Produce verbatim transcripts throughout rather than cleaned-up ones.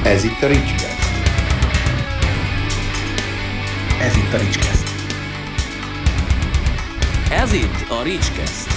Ez itt a Ricskeszt. Ez itt a Ricskeszt. Ez itt a Ricskeszt.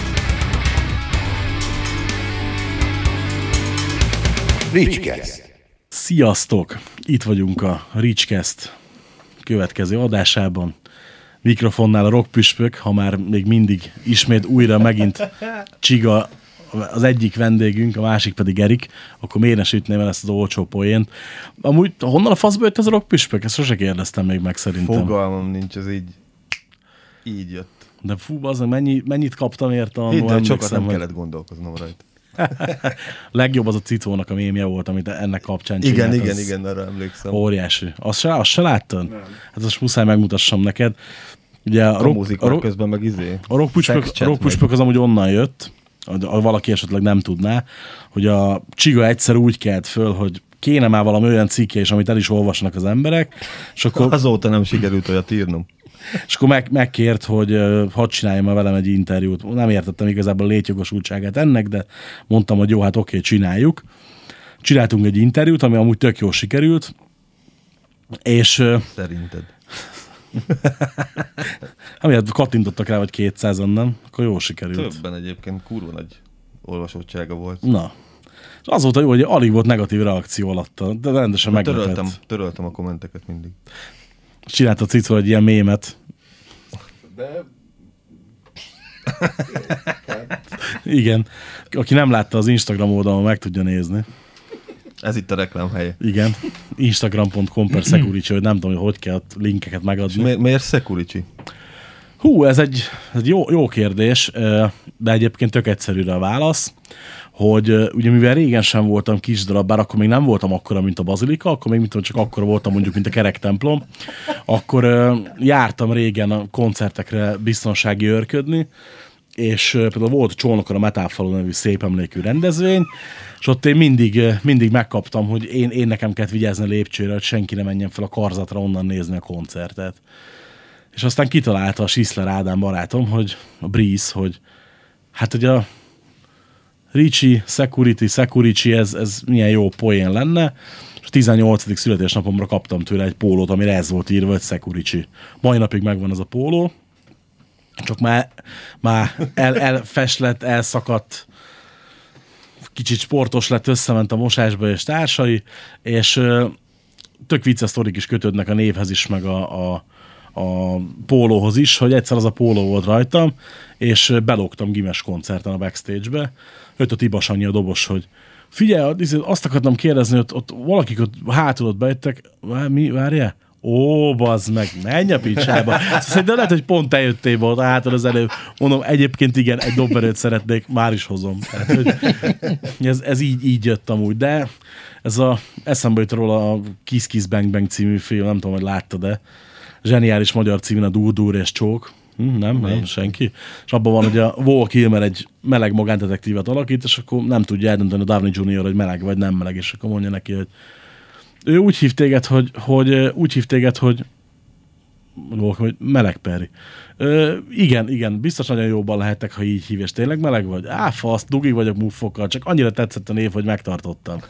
Ricskeszt. Sziasztok! Itt vagyunk a Ricskeszt következő adásában. Mikrofonnál a rockpüspök, ha már még mindig ismét újra megint Csiga az egyik vendégünk, a másik pedig Erik, akkor miért ne sütném el ezt az olcsó poént. Amúgy honnan a faszba jött ez a rockpüspök? Ezt sose kérdeztem még meg szerintem. Fogalmam nincs, ez így így jött. De fú, az mennyi, mennyit kaptam érte annól, Hidd el, sokat nem hogy... kellett gondolkoznom rajta. Legjobb az a Cicónak a mémje volt, amit ennek kapcsán igen, csinált. igen, az igen, arra emlékszem. Óriási. Azt se, azt se láttad? Nem. Hát most muszáj megmutassam neked. Ugye a, a rock, múzik a rock, közben meg izé. A rockpüspök, a rockpüspök az amúgy onnan jött, ha valaki esetleg nem tudná, hogy a Csiga egyszer úgy kelt föl, hogy kéne már valami olyan cikke is, amit el is olvasnak az emberek, és akkor, azóta nem sikerült olyat írnom. És akkor meg, megkért, hogy uh, hadd csináljam már velem egy interjút. Nem értettem igazából a létjogosultságát ennek, de mondtam, hogy jó, hát oké, csináljuk. Csináltunk egy interjút, ami amúgy tök jól sikerült, és... Uh, Szerinted? Amiért kattintottak rá, vagy kétszázan, nem? Akkor jól sikerült. Többen egyébként kurva nagy olvasottsága volt. Na. És az volt a jó, hogy alig volt negatív reakció alatta, de rendesen meglepett. Töröltem, töröltem a kommenteket mindig. Csinálta Cicó egy ilyen mémet. De... Igen. Aki nem látta, az Instagram oldalon meg tudja nézni. Ez itt a reklám helye. Igen. instagram pont com per Securici, hogy nem tudom, hogy hogy kell linkeket megadni. Mi, miért Securici? Hú, ez egy, egy jó, jó kérdés, de egyébként tök egyszerűre a válasz, hogy ugye mivel régen sem voltam kis darab, bár akkor még nem voltam akkora, mint a Bazilika, akkor még mint csak akkora voltam mondjuk, mint a Kerek templom, akkor jártam régen a koncertekre biztonsági őrködni, és például volt Csónokon a Metálfalu nevű szép emlékű rendezvény, és ott én mindig, mindig megkaptam, hogy én, én nekem kellett vigyázni a lépcsőre, hogy senki ne menjen fel a karzatra onnan nézni a koncertet. És aztán kitalálta a Sisler Ádám barátom, hogy a Breeze, hogy hát ugye a Ricci, Security, Securici, ez, ez milyen jó poén lenne, és a tizennyolcadik születésnapomra kaptam tőle egy pólót, amire ez volt írva, hogy Securici. Mai napig megvan ez a póló, csak már, már el, elfeslett, elszakadt, kicsit sportos lett, összement a mosásba és társai, és tök vicces sztorik is kötődnek a névhez is, meg a, a, a pólóhoz is, hogy egyszer az a póló volt rajtam, és belógtam gimes koncerten a backstage-be. Jött a Tibas annyi a dobos, hogy figyelj, azt akartam kérdezni, hogy ott, ott valakik ott hátul ott bejöttek, mi, várjál? Ó, bazd meg, menj a picsába. Szerintem lehet, hogy pont te jöttél volt hátul az előbb. Mondom, egyébként igen, egy dobberőt szeretnék, már is hozom. Tehát, hogy ez, ez így, így jött amúgy, de ez a, eszembe jut róla a Kiss Kiss Bang Bang című film, nem tudom, hogy láttad, de zseniális magyar címűn a Dur Dur és Csók. Hm, nem, nem, senki. És abban van, hogy a Val Kilmer egy meleg magándetektívet alakít, és akkor nem tudja eldönteni a Downey junior, hogy meleg vagy nem meleg, és akkor mondja neki, hogy ő úgy hív téged, hogy, hogy úgy hív téged, hogy, hogy meleg Perry. Ö, igen, igen, biztos nagyon jóban lehettek, ha így hív, és tényleg meleg vagy? Á, fasz, dugi vagyok muffokkal, csak annyira tetszett a név, hogy megtartottam.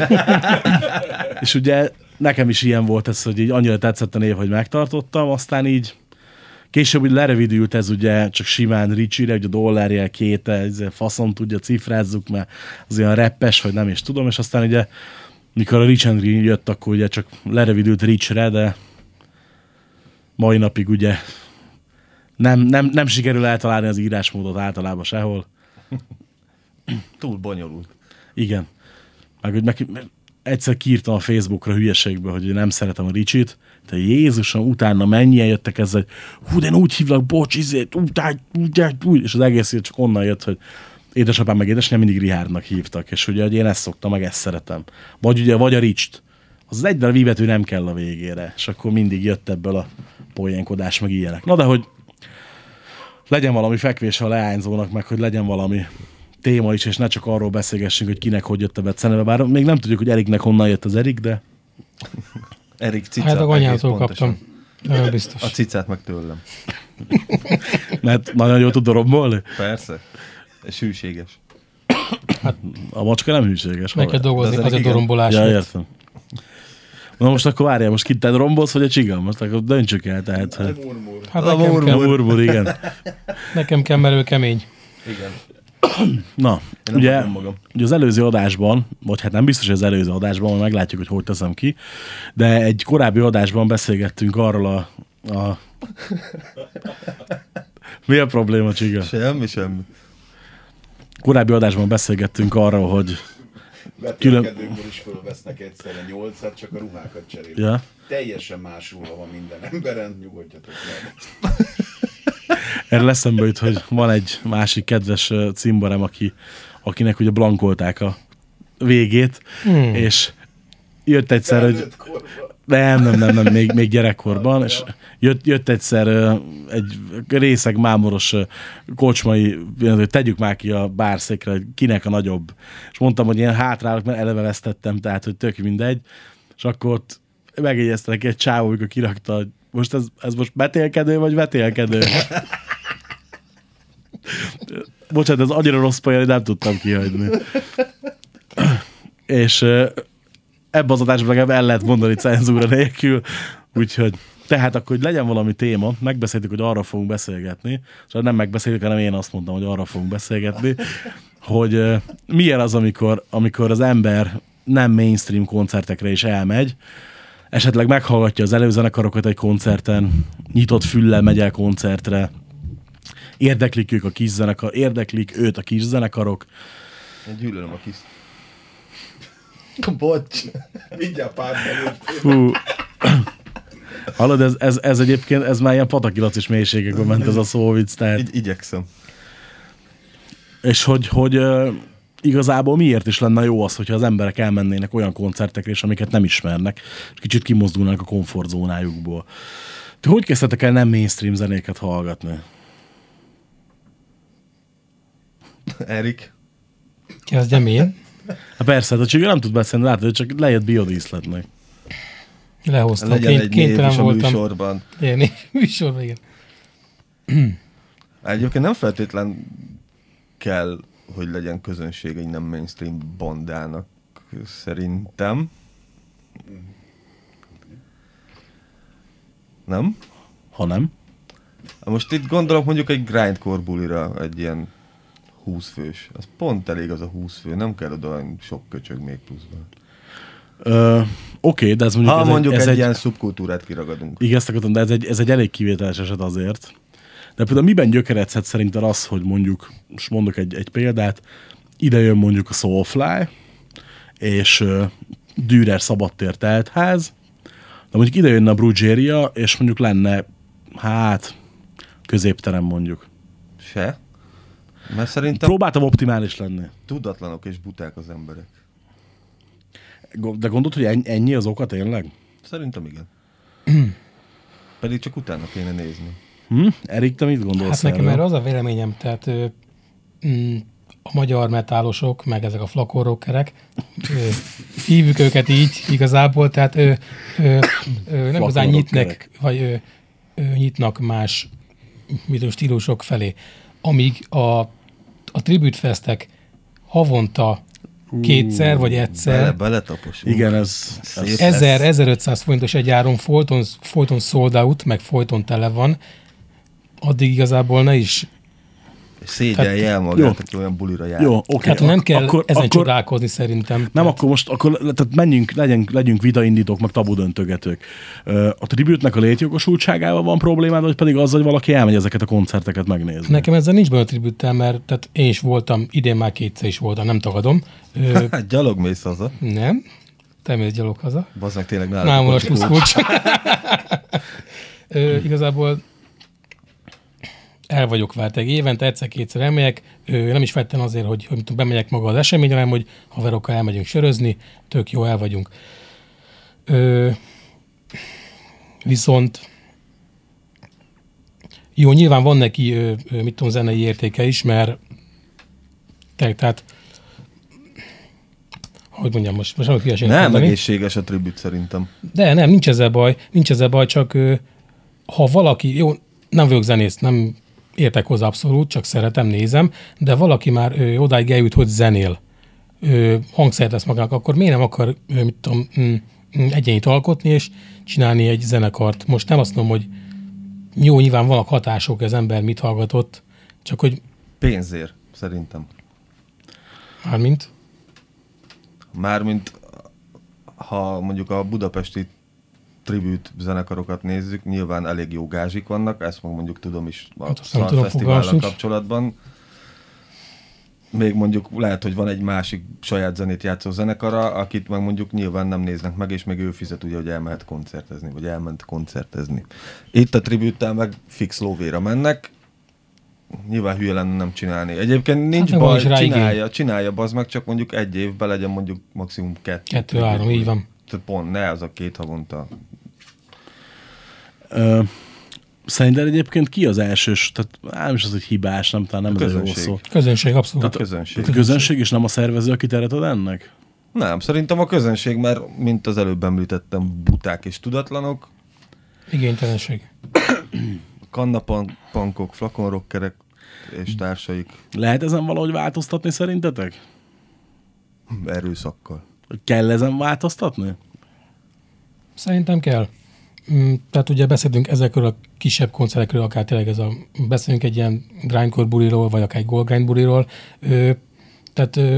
És ugye nekem is ilyen volt ez, hogy így annyira tetszett a név, hogy megtartottam, aztán így később úgy lerövidült ez ugye csak simán Ricci-re, ugye a dollárjel két, faszom tudja, cifrázzuk, mert az olyan rappes, vagy nem is tudom, és aztán ugye mikor a Rich and Green jött, akkor ugye csak lerövidült Rich-re, de mai napig ugye nem, nem, nem sikerül eltalálni az írásmódot általában sehol. Túl bonyolult. Igen. Meg, hogy meg, egyszer kiírtam a Facebookra hülyeségbe, hogy nem szeretem a Ricsit, de Jézusom, utána mennyien jöttek ezzel, hogy hú, de én úgy hívlak, bocs, izét, úgy, úgy, úgy, és az egész csak onnan jött, hogy édesapám meg édesanyám mindig Richardnak hívtak, és ugye én ezt szoktam, meg ezt szeretem. Vagy ugye, vagy a Richt. Az egy darab betű nem kell a végére, és akkor mindig jött ebből a poénkodás, meg ilyenek. Na de, hogy legyen valami fekvés a leányzónak, meg hogy legyen valami téma is, és ne csak arról beszélgessünk, hogy kinek hogy jött a beceneve, bár még nem tudjuk, hogy Eriknek honnan jött az Erik, de... Erik cica. Hát a anyától kaptam. Nagyon biztos. A cicát meg tőlem. Mert nagyon jól tud dorombolni? Persze. És hűséges. Hát, a macska nem hűséges. Meg kell dolgozni, az az a igen. dorombolás. Ja, értem. Na most akkor várjál, most ki te rombolsz, vagy a csiga? Most akkor döntsük el, tehát. A murmur. Hát A nekem murmur. kell, A murmur, igen. nekem kell, mert ő kemény. Igen. Na, nem ugye, adom magam. ugye az előző adásban, vagy hát nem biztos, hogy az előző adásban, majd meglátjuk, hogy hogy teszem ki, de egy korábbi adásban beszélgettünk arról a... a... Mi a probléma, Csiga? Semmi, semmi. Korábbi adásban beszélgettünk arról, hogy... Vetélkedőkből is fölvesznek egyszerre nyolcat, csak a ruhákat cserélik. Ja. Teljesen más ruha van minden emberen, nyugodjatok meg. Erre eszembe jut, hogy van egy másik kedves ö, cimborem, aki, akinek ugye blankolták a végét, hmm. és jött egyszer, hogy... Felnőtt korban. Nem, nem, nem, nem még, még gyerekkorban, és jött, jött egyszer ö, egy részeg mámoros ö, kocsmai, hogy tegyük már ki a bárszékre, hogy kinek a nagyobb. És mondtam, hogy ilyen hátrálok, mert eleve vesztettem, tehát, hogy tök mindegy. És akkor ott megjegyezte neki egy csávó, amikor kirakta, hogy most ez, ez most betélkedő, vagy vetélkedő? Bocsánat, ez annyira rossz poén, hogy nem tudtam kihagyni. És ö, ebben az adásban legalább el lehet mondani cenzúra nélkül, úgyhogy tehát akkor, hogy legyen valami téma, megbeszéltük, hogy arra fogunk beszélgetni, és nem megbeszéltük, hanem én azt mondtam, hogy arra fogunk beszélgetni, hogy uh, milyen az, amikor, amikor az ember nem mainstream koncertekre is elmegy, esetleg meghallgatja az előzenekarokat egy koncerten, nyitott füllel megy el koncertre, érdeklik ők a kis zenekar, érdeklik őt a kis zenekarok. Én gyűlölöm a kis. Bocs. Mindjárt pár belőtt. Fú. Hallod, ez, ez, ez egyébként, ez már ilyen patakilacis mélységekben ment ez a szóvic, tehát... Igy- igyekszem. És hogy, hogy uh, igazából miért is lenne jó az, hogyha az emberek elmennének olyan koncertekre is, amiket nem ismernek, és kicsit kimozdulnak a komfortzónájukból. Ti hogy kezdtetek el nem mainstream zenéket hallgatni? Erik. Kezdjem én. Hát persze, hát a Csiga nem tud beszélni, látod, hogy csak lejött biodíszletnek. Lehoztam. Legyen Ként, egy név kénytelen is a voltam. műsorban. Ilyen név műsorban, igen. Egyébként nem feltétlen kell, hogy legyen közönség egy nem mainstream bandának, szerintem. Nem? Ha nem? Most itt gondolok mondjuk egy grindcore bulira, egy ilyen húsz fős. Az pont elég az a húsz fő, nem kell oda olyan sok köcsög még pluszban. Ö, Oké, de ez mondjuk... Ha ez mondjuk egy, ez egy, egy ilyen szubkultúrát kiragadunk. Igen, ezt akartam, de ez egy, ez egy elég kivételes eset azért. De például miben gyökeredhet szerinted az, hogy mondjuk, most mondok egy, egy példát, ide jön mondjuk a Soulfly, és uh, Dürer szabadtér teltház, de mondjuk ide jönne a Brugeria, és mondjuk lenne, hát, középterem mondjuk. Se. Mert szerintem Próbáltam optimális lenni. tudatlanok és buták az emberek. De gondolod, hogy ennyi, ennyi az oka tényleg? Szerintem igen. Pedig csak utána kéne nézni. Hm? Erik, te mit gondolsz Hát nekem erről? erre az a véleményem, tehát ö, mm, a magyar metálosok, meg ezek a flakorrockerek, ö, hívjuk őket így igazából, tehát ö, ö, ö, nem igazán nyitnek, vagy ö, ö, nyitnak más mit tudom, stílusok felé. Amíg a, a Tribute Festek havonta kétszer vagy Bele, egyszer beletaposunk. Igen, ez... Szép. ez ezer-ezerötszáz forintos egy áron folyton, folyton sold out, meg folyton tele van, addig igazából ne is. Szégyelje el magát, jó. aki olyan bulira jár. jó, oké. Hát nem ak- kell akkor, ezen akkor, csodálkozni szerintem. Nem, Tehát akkor most akkor, tehát menjünk, legyünk, legyünk vitaindítók, meg tabudöntögetők. Ö, A tribute-nek a létjogosultságával van problémád, vagy pedig azzal, hogy valaki elmegy ezeket a koncerteket megnézni? Nekem ezzel nincs baj a tribüttel, mert tehát én is voltam, idén már kétszer is voltam, nem tagadom. Ö, Hát gyalog mész haza. nem, te mész gyalog haza. Bazd meg tényleg nálad. Nálam van a kocsi kulcs. sluszkulcs. Ö, igazából el vagyok válteg. Évente egyszer-kétszer elmegyek. Ö, nem is vettem azért, hogy, hogy tudom, bemegyek maga az eseményre, hanem hogy haverokkal elmegyünk sörözni, tök jó, el vagyunk. Ö, viszont jó, nyilván van neki, ö, ö, mit tudom, zenei értéke is, mert te, tehát hogy mondjam, most, most nem tudok hülyeséget Nem mondani. egészséges a tribut szerintem. De nem, nincs ezzel baj, nincs ezzel baj, csak ö, ha valaki, jó, nem vagyok zenész, nem értek hozzá abszolút, csak szeretem, nézem, de valaki már ö, odáig eljut, hogy zenél, ö, hangszert lesz magának, akkor miért nem akar, ö, mit tudom, mm, egyenit alkotni, és csinálni egy zenekart. Most nem azt mondom, hogy jó, nyilván vannak hatások, az ember mit hallgatott, csak hogy... Pénzért, szerintem. Mármint? Mármint, ha mondjuk a budapesti tribute zenekarokat nézzük, nyilván elég jó gázsik vannak, ezt meg mondjuk tudom is a Hát Szarfesztivállal kapcsolatban. Még mondjuk lehet, hogy van egy másik saját zenét játszó zenekara, akit meg mondjuk nyilván nem néznek meg, és még ő fizet ugye, hogy elmehet koncertezni, vagy elment koncertezni. Itt a tribute-tel meg fix lóvéra mennek, nyilván hülye lenne nem csinálni. Egyébként nincs hát baj, csinálja, csinálja, bazd meg, csak mondjuk egy évben legyen mondjuk maximum kettő. Kettő-három, így van. Tehát pont, ne az a két havonta. Ö, szerinted egyébként ki az elsős, tehát nem is az, hogy hibás, nem, talán nem ez a jó szó. Közönség, abszolút. Tehát közönség. Tehát a közönség és nem a szervező, aki teret ad ennek? Nem, szerintem a közönség, mert mint az előbb említettem, buták és tudatlanok. Igénytelenség. Kannapankok, flakonrockerek és társaik. Lehet ezen valahogy változtatni szerintetek? Erőszakkal. Kell ezen változtatni? Szerintem kell. Tehát ugye beszélünk ezekről a kisebb koncertekről, akár tényleg ez a, beszélünk egy ilyen grindcore buliról, vagy akár egy gold grind buliról. Ö, tehát ö,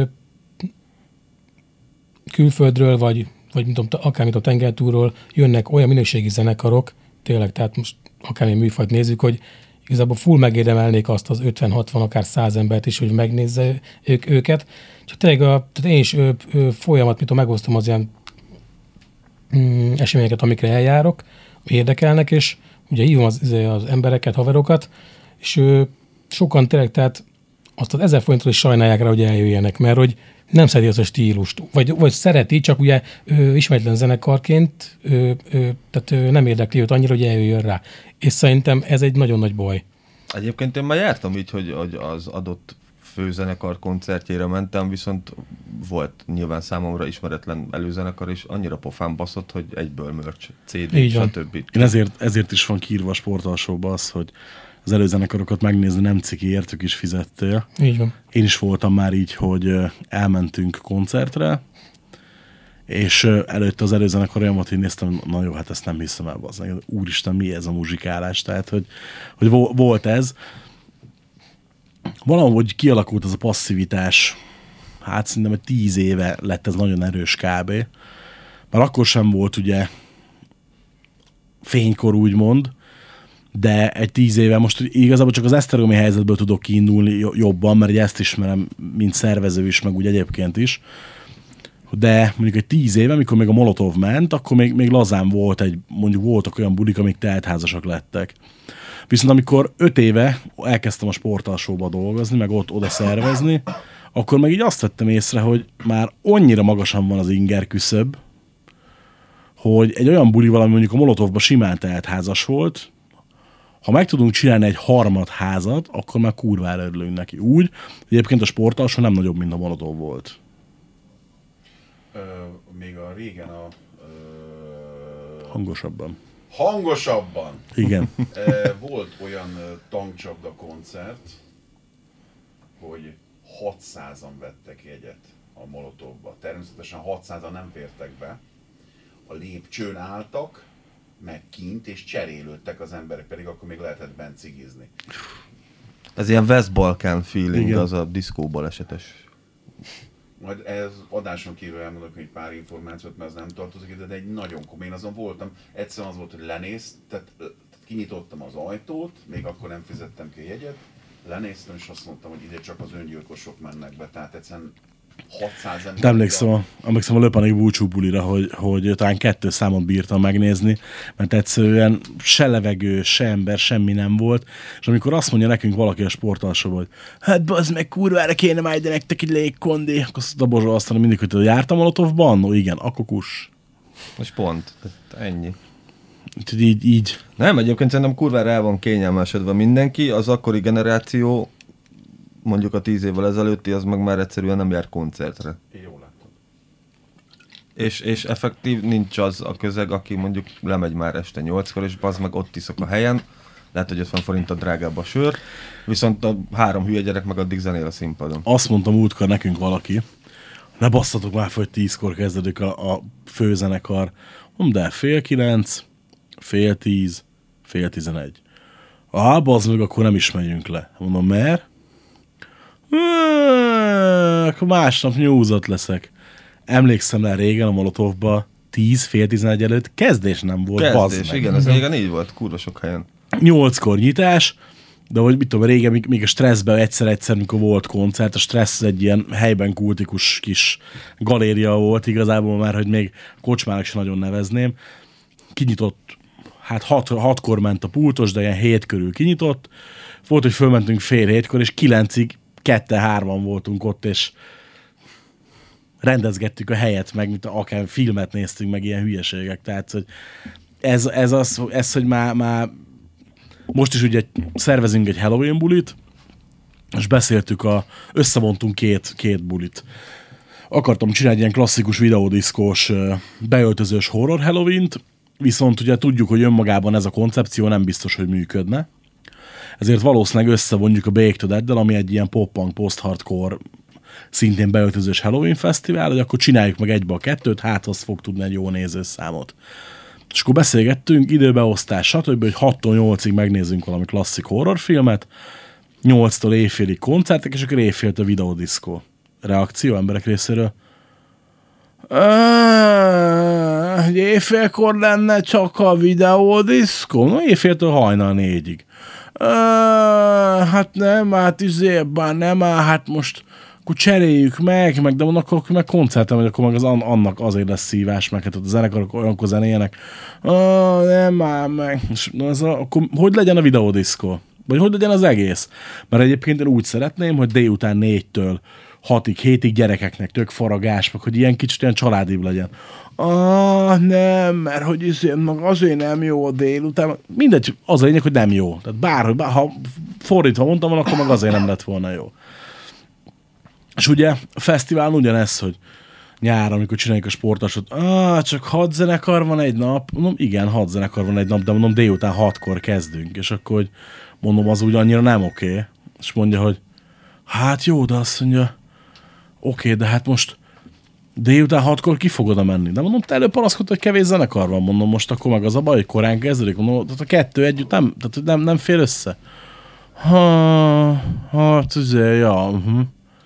külföldről, vagy, vagy mint tudom, akár mint a tengertúról jönnek olyan minőségi zenekarok, tényleg, tehát most akármilyen műfajt nézzük, hogy igazából full megérdemelnék azt az ötven-hatvan, akár száz embert is, hogy megnézze ők, őket. Csak tényleg a, tehát én is ö, ö, folyamat, mint megosztom az ilyen mm, eseményeket, amikre eljárok, érdekelnek, és ugye hívom az, az embereket, haverokat, és ö, sokan tényleg, tehát azt az ezer forintot is sajnálják rá, hogy eljöjjenek, mert hogy nem szereti az a stílust, vagy, vagy szereti, csak ugye ö, ismeretlen zenekarként, ö, ö, tehát ö, nem érdekli őt annyira, hogy eljöjjön rá. És szerintem ez egy nagyon nagy baj. Egyébként én már jártam így, hogy, hogy az adott főzenekar koncertjére mentem, viszont volt nyilván számomra ismeretlen előzenekar, és annyira pofán baszott, hogy egyből merch, cé dé, stb. Én ezért, ezért is van kiírva a sportalsóba az, hogy az előzenekarokat megnézni nem ciki, értük is fizettél. Így van. Én is voltam már így, hogy elmentünk koncertre, és előtte az előzenekar olyan volt, hogy néztem, na jó, hát ezt nem hiszem el, az úristen, mi ez a muzsikálás, tehát, hogy, hogy volt ez. Valahogy kialakult ez a passzivitás, hát szerintem egy tíz éve lett ez nagyon erős kb. Mert akkor sem volt ugye fénykor úgymond, de egy tíz éve most igazából csak az esztergomi helyzetből tudok kiindulni jobban, mert ezt ismerem, mint szervező is, meg úgy egyébként is. De mondjuk egy tíz éve, amikor még a Molotov ment, akkor még, még lazán volt egy, mondjuk voltak olyan budik, amik teltházasak lettek. Viszont amikor öt éve elkezdtem a sportalsóba dolgozni, meg ott oda szervezni, akkor meg így azt vettem észre, hogy már annyira magasan van az inger küszöb, hogy egy olyan buli valami mondjuk a Molotovban simán teltházas volt, ha meg tudunk csinálni egy harmad házat, akkor már kurvára örülünk neki. Úgy, hogy egyébként a sportalsó nem nagyobb, mint a Molotov volt. Ö, még a régen a... Ö... Hangosabban. Hangosabban! Igen. Ö, volt olyan tankcsapda koncert, hogy hatszázan vettek jegyet a Molotovba. Természetesen hatszázan nem fértek be. A lépcsőn álltak, meg kint, és cserélődtek az emberek, pedig akkor még lehetett bent cigizni. Ez ilyen West Balkán feeling, igen. Az a diszkó balesetes. Majd ez adáson kívül elmondok egy pár információt, mert az nem tartozik ide, de egy nagyon komoly. Én azon voltam, egyszerűen az volt, hogy lenéz, tehát, tehát kinyitottam az ajtót, még akkor nem fizettem ki a jegyet, lenéztem, és azt mondtam, hogy ide csak az öngyilkosok mennek be, tehát egyszerűen hatszáz ember. De emlékszem a, emlékszem a Löpanik búcsú bulira, hogy, hogy talán kettő számot bírtam megnézni, mert egyszerűen se levegő, se ember, semmi nem volt, és amikor azt mondja nekünk valaki a sportalsóban, hogy hát bazd meg, kurvára kéne már ide nektek egy légkondi, akkor azt a Bozsó azt mondja mindig, hogy jártam Molotovban? No igen, akkor kuss. Most pont, tehát ennyi. Úgyhogy így, így. Nem, egyébként szerintem kurvára el van kényelmesedve mindenki, az akkori generáció, mondjuk a tíz évvel ezelőtti, az meg már egyszerűen nem jár koncertre. Jól láttam. És, és effektív nincs az a közeg, aki mondjuk lemegy már este nyolckor, és bazd meg ott iszok a helyen, lehet, hogy ötven forint a drágább a sör, viszont a három hülye gyerek meg addig zenél a színpadon. Azt mondta múltkor nekünk valaki, ne basszatok már fel, hogy tízkor kezdődik a, a főzenekar. Mondom, de fél kilenc, fél tíz, fél tizenegy. Á, bazd meg, akkor nem is megyünk le. Mondom, mert? Akkor másnap nyúzott leszek. Emlékszem le régen a Molotovba, tíz, fél tizenegy előtt kezdés nem volt, bazd Kezdés, meg. igen, ez régen így volt, kurva sok helyen. Nyolckor nyitás, de hogy mit tudom, régen még, még a Stresszben egyszer-egyszer, mikor volt koncert, a Stressz egy ilyen helyben kultikus kis galéria volt igazából, már hogy még kocsmának sem nagyon nevezném. Kinyitott, hát hat, hatkor ment a pultos, de ilyen hét körül kinyitott. Volt, hogy fölmentünk fél hétkor, és kilencig ketten-hárman voltunk ott, és rendezgettük a helyet, meg mint akár filmet néztünk, meg ilyen hülyeségek. Tehát, hogy ez, ez az, ez, hogy már, már most is ugye szervezünk egy Halloween bulit, és beszéltük, a, összevontunk két, két bulit. Akartam csinálni egy ilyen klasszikus videódiszkós, beöltözős horror Halloween-t, viszont ugye tudjuk, hogy önmagában ez a koncepció nem biztos, hogy működne. Ezért valószínűleg összevonjuk a Baked to Dead-del, ami egy ilyen pop-punk, post-hardcore, szintén beöltözős Halloween fesztivál, hogy akkor csináljuk meg egybe a kettőt, hát az fog tudni egy jó nézőszámot. És akkor beszélgettünk, időbeosztás, stb., hogy hattól nyolcig megnézzünk valami klasszik horrorfilmet, nyolctól éjfélig koncertek, és akkor éjféltől videódiszkó. Reakció emberek részéről? Hogy éjfélkor lenne csak a videódiszkó? No, éjféltől hajnal négyig. Hát nem, hát izében nem, hát most akkor cseréljük meg, meg de akkor meg koncertem, hogy akkor meg az annak azért lesz szívás, meg hát a zenekarok olyankor zenéjenek. Ah, nem már meg. És az a, akkor hogy legyen a videódiszkó? Vagy hogy legyen az egész? Mert egyébként én úgy szeretném, hogy délután négytől hatig, hétig gyerekeknek tök faragás, meg hogy ilyen kicsit ilyen családibb legyen. Ah, nem, mert hogy azért, meg azért nem jó a délután. Mindegy, az a lényeg, hogy nem jó. Tehát bárhogy, bár, ha fordítva mondtam volna, akkor meg azért nem lett volna jó. És ugye a fesztiválon ugyanez, hogy nyáron, amikor csináljuk a sportasot, ah, csak hat zenekar van egy nap. Mondom, igen, hat zenekar van egy nap, de mondom, délután hatkor kezdünk. És akkor, hogy mondom, az úgy annyira nem oké. Okay. És mondja, hogy hát jó, de azt mondja, oké, okay, de hát most délután hatkor ki fog oda menni. De mondom, te előbb panaszkodtad, hogy kevés zenekar van. Mondom, most akkor meg az a baj, hogy korán kezdődik. Mondom, tehát a kettő együtt nem, tehát nem, nem fér össze. Ha, hát azért, ja, uh-huh.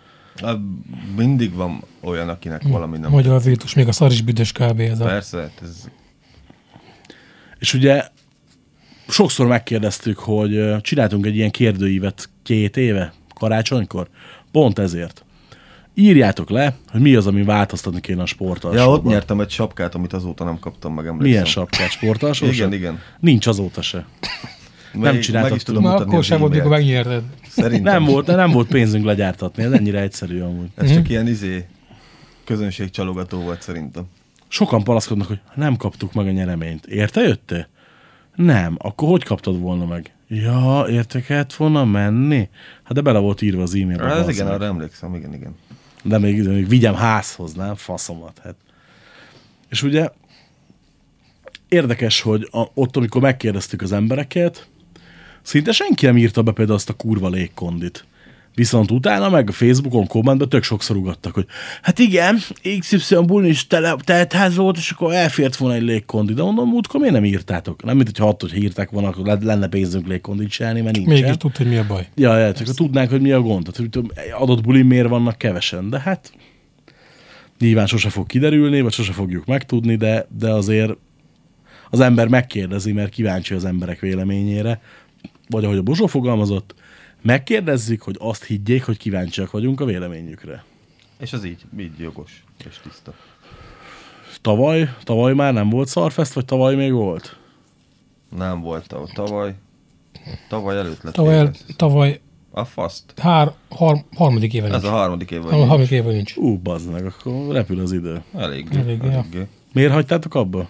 Mindig van olyan, akinek valami nem... Magyar virtus, még a szar is büdös kb. Ez a... Persze, ez... És ugye sokszor megkérdeztük, hogy csináltunk egy ilyen kérdőívet két éve, karácsonykor. Pont ezért. Írjátok le, hogy mi az, ami változtatni kéne a sportalsóban. Ja, ott nyertem egy sapkát, amit azóta nem kaptam meg, emlékszem. Milyen sapkát? Sportalsós? Igen, igen. Nincs azóta se. Meg, Nem csináltak. meg is tudom Na, mutatni akkor az sem volt, mikor e-mailt. megnyerted. Szerintem. Nem volt, nem volt pénzünk legyártatni, ez ennyire egyszerű amúgy. Ez csak ilyen izé közönségcsalogató volt szerintem. Sokan panaszkodnak, hogy nem kaptuk meg a nyereményt. Érte jöttél? Nem. Akkor hogy kaptad volna meg? Ja, érte kellett volna menni? Hát de bele volt írva az e-mailbe. Ez bassza igen, meg. arra emlékszem, igen, igen. De még, de még vigyem házhoz, nem? Faszomat. Hát. És ugye érdekes, hogy a, ott, amikor megkérdeztük az embereket, szinte senki nem írta be például azt a kurva légkondit. Viszont utána meg a Facebookon kommentben tök sokszor ugattak, hogy hát igen, iksz ipszilon bulin is tele, teltház volt, és akkor elfért volna egy légkondi. De mondom, múltkor miért nem írtátok? Nem, mint hogyha attól, hogy írták volna, akkor lenne pénzünk légkondit csinálni, mert nincsen. Mégis tudod, hogy mi a baj. Ja, ja, csak tudnánk, hogy mi a gond. Tehát, hogy adott bulin miért vannak kevesen. De hát nyilván sose fog kiderülni, vagy sose fogjuk megtudni, de, de azért az ember megkérdezi, mert kíváncsi az emberek véleményére. Vagy ahogy a Bozsó fogalmazott, megkérdezzük, hogy azt higgyék, hogy kíváncsiak vagyunk a véleményükre. És az így, így jogos és tiszta. Tavaly, tavaly már nem volt Szarfest, vagy tavaly még volt? Nem volt a tavaly. Tavaly előtt lett. Tavaly, el, tavaly A faszt. hár, har, harmadik éve Ez nincs. a harmadik év A vagy. harmadik éve nincs. Ú, bazd meg, akkor repül az idő. Eléggé. Eléggé, ja. Eléggé. Miért hagytátok abba?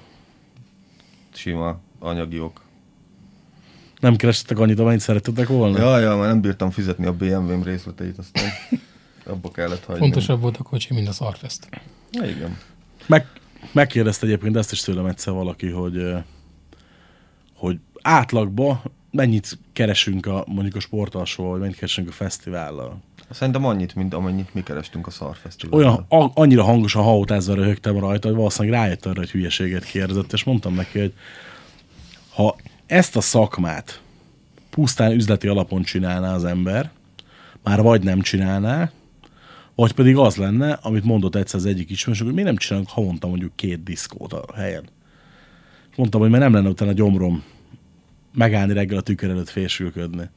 Sima anyagi ok. Nem kerestek annyit, amennyit szerettetek volna? Ja, ja, már nem bírtam fizetni a bé em vém részleteit, aztán abba kellett hagyni. Fontosabb volt a kocsi, mint a Szarfest. Ja, igen. Meg, megkérdezte egyébként ezt is tőlem egyszer valaki, hogy, eh, hogy átlagban mennyit keresünk a, mondjuk a sportalsóval, vagy mennyit keresünk a fesztivállal. Szerintem annyit, mint amennyit mi kerestünk a szarfesztivállal. Olyan a, annyira hangosan hautázva röhögtem rajta, hogy valószínűleg rájött arra, hogy hülyeséget kérdezett, és mondtam neki, hogy ha ezt a szakmát pusztán üzleti alapon csinálná az ember, már vagy nem csinálná, vagy pedig az lenne, amit mondott egyszer az egyik ismerős, hogy mi nem csinálunk havonta mondjuk két diszkót a helyen. Mondtam, hogy már nem lenne utána gyomrom megállni reggel a tükör előtt fésülködni.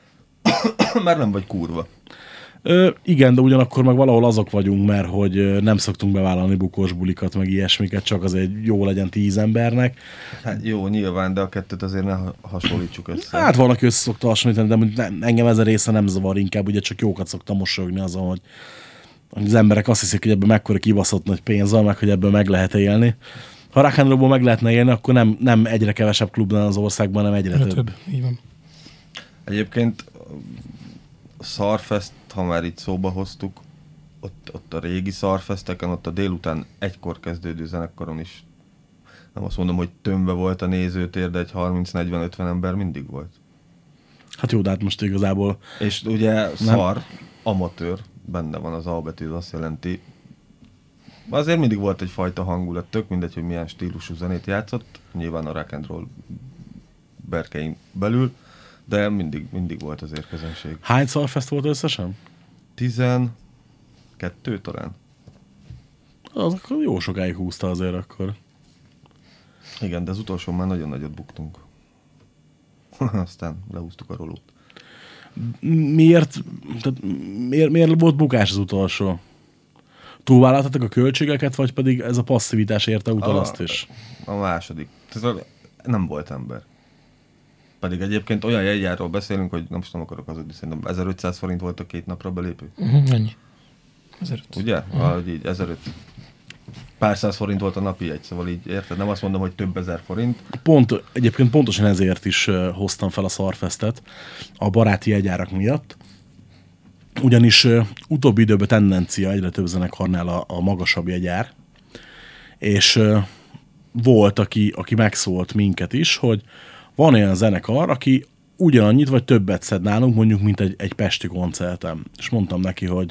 Már nem vagy kurva. Ö, igen, de ugyanakkor meg valahol azok vagyunk, mert hogy nem szoktunk bevállalni bukós bulikat, meg ilyesmiket, csak azért jó legyen tíz embernek. Hát jó, nyilván, de a kettőt azért ne hasonlítsuk össze. Hát van, aki össze szokta hasonlítani, de engem ez a része nem zavar, inkább ugye csak jókat szoktam mosolyogni azon, hogy az emberek azt hiszik, hogy ebből mekkora kibaszott nagy pénz van, meg hogy ebből meg lehet élni. Ha rock and rollból meg lehetne élni, akkor nem, nem egyre kevesebb klub lenne az országban, hanem egyre több. több. Így van. Egyébként a Szarfest, ha már itt szóba hoztuk, ott, ott a régi Szarfesteken, ott a délután egykor kezdődő zenekaron is, nem azt mondom, hogy tömve volt a nézőtér, de egy harminc-negyven-ötven ember mindig volt. Hát jó, de hát most igazából... És ugye szar, amatőr, benne van az A betű, azt jelenti. Azért mindig volt egyfajta hangulat, tök mindegy, hogy milyen stílusú zenét játszott, nyilván a rock and roll berkein belül, de mindig, mindig volt azért közönség. Hány Szarfest volt összesen? Tizenkettő talán. Az akkor jó sokáig húzta azért akkor. Igen, de az utolsó már nagyon nagyot buktunk. Aztán lehúztuk a rolót. Miért, tehát miért, miért volt bukás az utolsó? Túlvállaltatok a költségeket, vagy pedig ez a passzivitás érte utal azt is? A második. Tehát nem volt ember. Pedig egyébként olyan jegyárról beszélünk, hogy nem, nem akarok hazudni, szerintem ezerötszáz forint volt a két napra belépő. Uh-huh, ennyi. ezerötszáz. Ugye? Uh-huh. Valahogy így ezerötszáz. Pár száz forint volt a napi jegy, szóval így érted? Nem azt mondom, hogy több ezer forint. Pont, egyébként pontosan ezért is uh, hoztam fel a Szarfestet, a baráti jegyárak miatt. Ugyanis uh, utóbbi időben tendencia egyre több zenekarnál a, a magasabb jegyár. És uh, volt, aki, aki megszólt minket is, hogy van olyan zenekar, aki ugyanannyit vagy többet szed nálunk, mondjuk, mint egy, egy pesti koncerten. És mondtam neki, hogy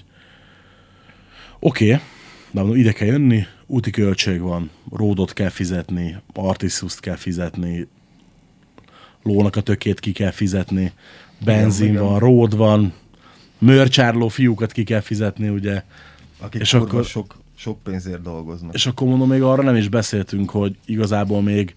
oké, okay, de mondom, ide kell jönni, úti költség van, ródot kell fizetni, artisztuszt kell fizetni, lónak a tökét ki kell fizetni, benzin igen, van, ród van, mörcsárló fiúkat ki kell fizetni, ugye. Akik és akkor sok, sok pénzért dolgoznak. És akkor mondom, még arra nem is beszéltünk, hogy igazából még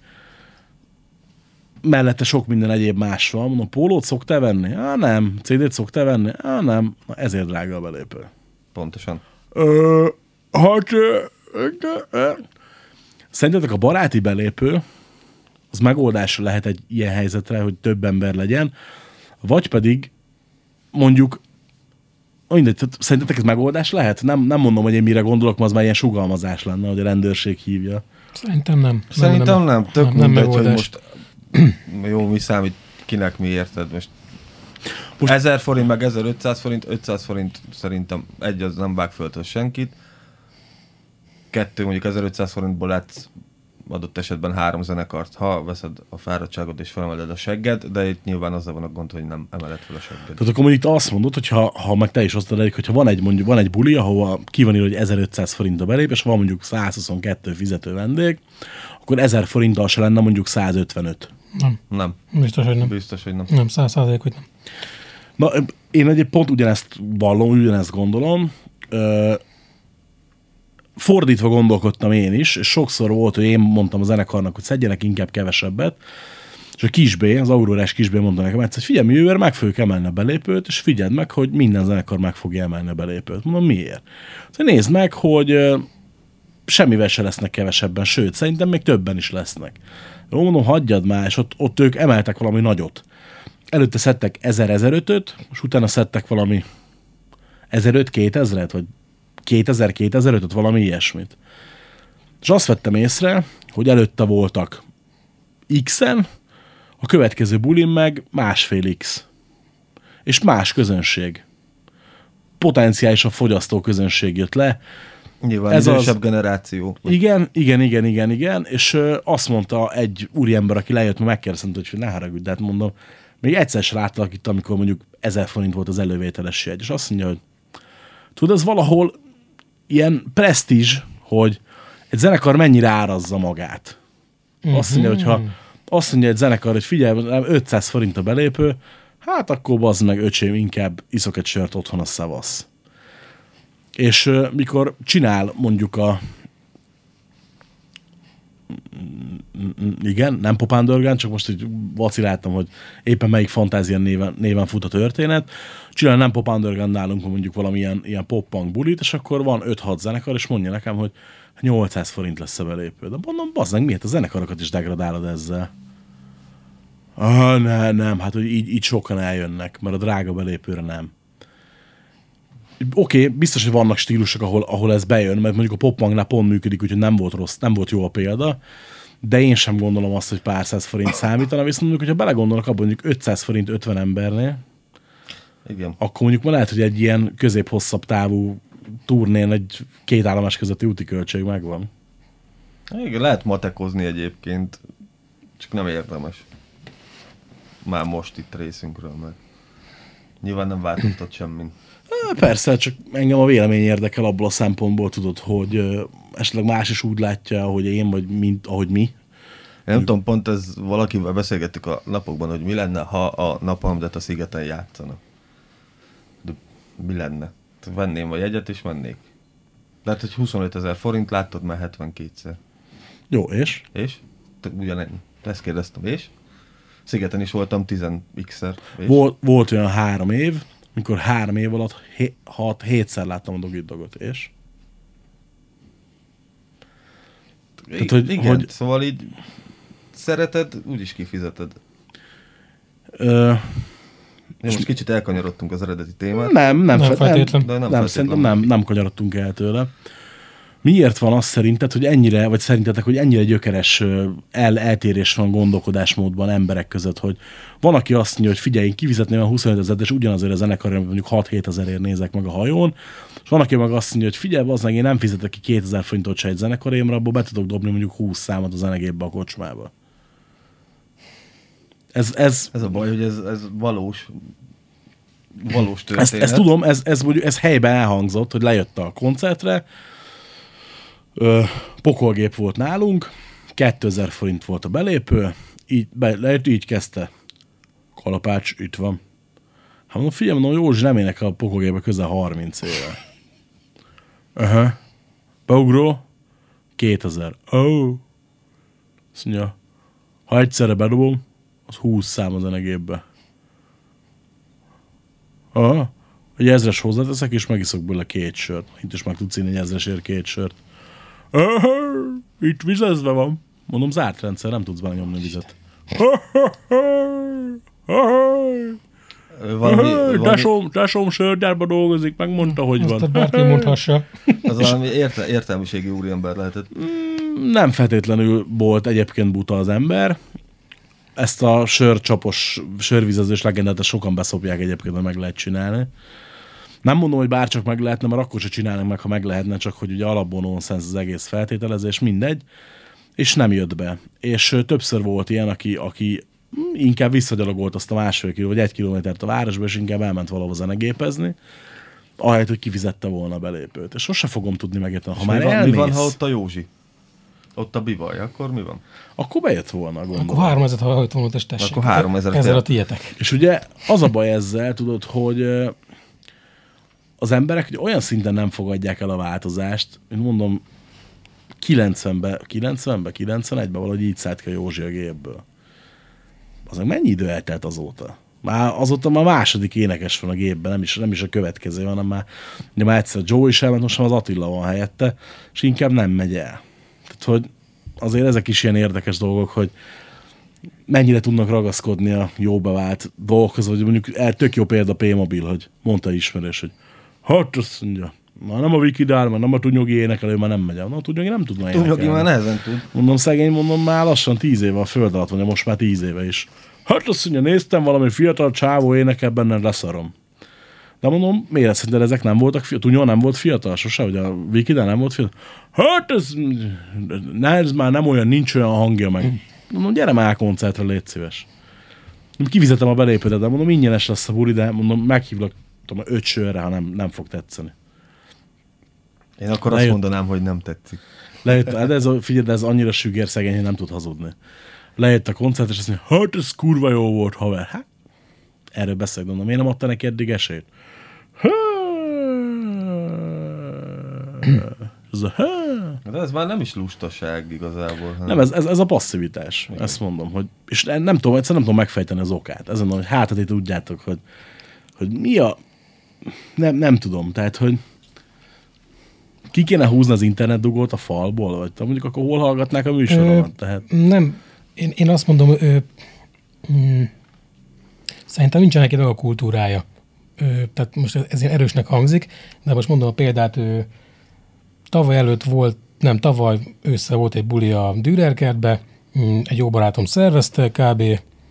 mellette sok minden egyéb más van. Mondom, pólót szoktál venni? Á, nem. cé dét szoktál venni? Á, nem. Na, ezért drága a belépő. Pontosan. Ö, hát... Ö, ö, szerintetek a baráti belépő az megoldás lehet egy ilyen helyzetre, hogy több ember legyen, vagy pedig mondjuk mindegy, tehát szerintetek ez megoldás lehet? Nem, nem mondom, hogy én mire gondolok, mert az már ilyen sugalmazás lenne, hogy a rendőrség hívja. Szerintem nem. Szerintem nem. nem. Tök nem, nem mindegy, hogy most jó, mi számít, kinek mi érted most. most. ezer forint, meg ezerötszáz forint, ötszáz forint szerintem egy az nem vág föl senkit. Kettő, mondjuk ezerötszáz forintból látsz adott esetben három zenekart, ha veszed a fáradtságot és felemeled a segged, de itt nyilván azzal van a gond, hogy nem emeled fel a segged. Tehát akkor mondjuk te azt mondod, hogy ha, ha meg te is osztod elég, hogyha van egy, mondjuk, van egy buli, ahova ki van írva, hogy ezerötszáz forint a belép, és van mondjuk százhuszonkettő fizető vendég, akkor ezer forinttal se lenne mondjuk százötvenöt. Nem. Nem. Biztos, hogy nem. Biztos, hogy nem. Nem, száz százalék, hogy nem. Na, én egy pont ugyanezt vallom, ugyanezt gondolom. Ö, fordítva gondolkodtam én is, és sokszor volt, hogy én mondtam a zenekarnak, hogy szedjenek inkább kevesebbet, és a Kisbé, az Aurórás Kisbé mondta nekem egyszer, hogy figyelj, mi jövőre meg fogjuk emelni a belépőt, és figyeld meg, hogy minden zenekar meg fogja emelni a belépőt. Mondom, miért? Szóval nézd meg, hogy ö, semmivel se lesznek kevesebben, sőt, szerintem még többen is lesznek. Jó, mondom, hagyjad már, és ott, ott ők emeltek valami nagyot. Előtte szedtek ezer-ezerötöt, és utána szedtek valami ezeröt-kétezret, vagy kétezer-kétezerötöt, valami ilyesmit. És azt vettem észre, hogy előtte voltak X-en, a következő bulin meg másfél X. És más közönség. Potenciálisan fogyasztó közönség jött le. Nyilván ez idősebb az... generáció. Igen, igen, igen, igen, igen, és ö, azt mondta egy úriember, aki lejött, mert megkérdeztem, hogy ne haragudj, de hát mondom, még egyszer is láttalak itt, amikor mondjuk ezer forint volt az elővételes jegy, és azt mondja, hogy tudod, ez valahol ilyen presztízs, hogy egy zenekar mennyire árazza magát. Azt mondja, hogy ha azt mondja egy zenekar, hogy figyelj, ötszáz forint a belépő, hát akkor bazd meg, öcsém, inkább iszok egy sört otthon, a szavasz. És uh, mikor csinál mondjuk a igen, nem Pop Underground, csak most így vaciláltam, hogy éppen melyik fantázia néven, néven fut a történet. Csinál nem Pop Underground nálunk mondjuk valamilyen ilyen pop-punk bulit, és akkor van öt-hat zenekar, és mondja nekem, hogy nyolcszáz forint lesz a belépő. De mondom, bazd meg, miért a zenekarokat is degradálod ezzel? Ah, ne, nem, hát hogy így, így sokan eljönnek, mert a drága belépőre nem. Oké, okay, biztos, hogy vannak stílusok, ahol, ahol ez bejön, mert mondjuk a pop-punknál pont működik, úgyhogy nem volt rossz, nem volt jó a példa, de én sem gondolom azt, hogy pár száz forint számítana, viszont mondjuk, hogyha belegondolok abban, mondjuk ötszáz forint ötven embernél, igen. Akkor mondjuk ma lehet, hogy egy ilyen közép-hosszabb távú turnén egy két állomás közötti úti költség megvan. Igen, lehet matekozni egyébként, csak nem érdemes. Már most itt részünkről, mert nyilván nem változtat semmin. Persze, csak engem a vélemény érdekel abból a szempontból, tudod, hogy ö, esetleg más is úgy látja, hogy én, vagy mint ahogy mi. Én nem tudom, pont ez valakivel beszélgettük a napokban, hogy mi lenne, ha a Napalmdet a szigeten játszana. De mi lenne? Venném a jegyet, és mennék. Lehet, hogy huszonötezer forint, láttad már hetvenkétszer. Jó, és? És? Ugyanennyi. Ezt kérdeztem, és? Szigeten is voltam tíz x-szer. Volt, volt olyan három év, amikor három év alatt hat-hétszer láttam a Dogit Dogot, és? Tehát, hogy, igen, hogy... szóval így szereted, úgyis kifizeted. Ö... És most kicsit elkanyarodtunk az eredeti témát. Nem, nem, nem feltétlenül. Nem, nem, nem, szerintem nem, nem kanyarodtunk el tőle. Miért van az szerinted, hogy ennyire, vagy szerintetek, hogy ennyire gyökeres el, eltérés van gondolkodásmódban emberek között, hogy van, aki azt mondja, hogy figyelj, én kifizetném a huszonöt ezeret, és ugyanazért a zenekarért mondjuk hat-hét ezerért nézek meg a hajón, és van, aki meg azt mondja, hogy figyelj, az meg én nem fizetek ki kétezer forintot se egy zenekarémra, abból be tudok dobni mondjuk húsz számot a zenegépbe a kocsmába. Ez, ez, ez a baj, hogy ez, ez valós, valós történet. Ezt, ezt tudom, ez, ez, mondjuk, ez helyben elhangzott, hogy lejött a koncertre, Ö, pokolgép volt nálunk, kétezer forint volt a belépő, így, be, így kezdte. Kalapács, itt van. Hát mondom, figyelj, mondom, Józsi nem énekel a pokolgépbe közel harminc éve. Aha. Uh-huh. Beugró, kétezer. Oh. Azt mondja, ha egyszerre bedobom, az húsz szám a zenegépbe. Aha. Egy ezres hozzáteszek, és megiszok belőle két sört. Itt is meg tudsz inni egy ezresért két sört. Aha, itt vizezve van. Mondom, zárt rendszer, nem tudsz belenyomni vizet. Tesóm, tesóm sörgyárba dolgozik, megmondta, hogy azt van. Azt bárki mondhassa. Az valami érte, értelmiségi úriember lehetett. Nem feltétlenül volt egyébként buta az ember. Ezt a sörcsapos, sörvizezős legendát sokan beszopják egyébként, hogy meg lehet csinálni. Nem mondom, hogy bárcsak meg lehetne, mert akkor se csinálnak meg, ha meg lehetne, csak hogy ugye alapból nonsens az egész feltételezés, mindegy, és nem jött be. És többször volt ilyen, aki, aki inkább visszagyalogolt azt a másfél kiló, vagy egy kilométert a városba, és inkább elment valahova zenegépezni, ahelyett, hogy kifizette volna a belépőt. És sose fogom tudni megérteni. Ha és már mi van, elmész, mi van, ha ott a Józsi? Ott a bivaj, akkor mi van? Akkor bejött volna, gondolom. Akkor háromezer hajtott volna, és tessék. Akkor háromezer. Ezzel a tietek. És ugye az a baj ezzel, tudod, hogy az emberek hogy olyan szinten nem fogadják el a változást, mint mondom, kilencvenben, kilencvenben, kilencvenegyben valahogy így szállt ki a Józsi a gépből. Azok mennyi idő eltelt azóta? Már azóta már második énekes van a gépben, nem is, nem is a következő, hanem már, ugye már egyszer Joe is elment, most már az Attila van helyette, és inkább nem megy el. Tehát, hogy azért ezek is ilyen érdekes dolgok, hogy mennyire tudnak ragaszkodni a jó bevált dolgokhoz, vagy mondjuk tök jó példa P-mobil, hogy mondta ismerős, hogy hát azt mondja, már nem a Vikidár, már nem a Tunyogi énekelő, már nem megy el. Na, a Tunyogi nem tudna énekelni. Tunyogi már nehezen tud. Mondom, szegény, mondom, már lassan tíz éve a föld alatt van, most már tíz éve is. Hát azt mondja, néztem, valami fiatal csávó énekel, benne leszarom. De mondom, miért szerinted ezek nem voltak fiatal? Tunyó nem volt fiatal sose, hogy a Vikidár nem volt fiatal? Hát ez, ez már nem olyan, nincs olyan hangja meg. Mondom, gyere már koncertre, légy szíves. Kifizetem a belépődet, de mondom, ingyenes lesz a buli, de mondom, meghívlak tudom, öt sörre, ha nem, nem fog tetszeni. Én akkor Lejött. azt mondanám, hogy nem tetszik. Lejött, de ez, a, figyelj, de ez annyira sügérszegény, hogy nem tud hazudni. Lejött a koncert, és azt mondja, hát ez kurva jó volt, haver. Hát, erről beszélek, mondom, miért nem adta neki eddig esélyt? Ez a De ez már nem is lustaság igazából. Hanem... Nem, ez, ez, ez a passzivitás. Igen. Ezt mondom, hogy, és nem tudom, egyszerűen nem tudom megfejteni az okát. Ezen, hogy hát, hogy tudjátok, hogy, hogy mi a... Nem, nem tudom, tehát, hogy ki kéne húzni az internetdugót a falból, vagy mondjuk akkor hol hallgatnák a műsoromat? Tehát... Nem, én, én azt mondom, ö, mm, szerintem nincsen neki a kultúrája. Ö, tehát most ez ilyen erősnek hangzik, de most mondom a példát, ö, tavaly előtt volt, nem, tavaly ősszel volt egy buli a Dürerkertbe, egy jó barátom szervezte, kb.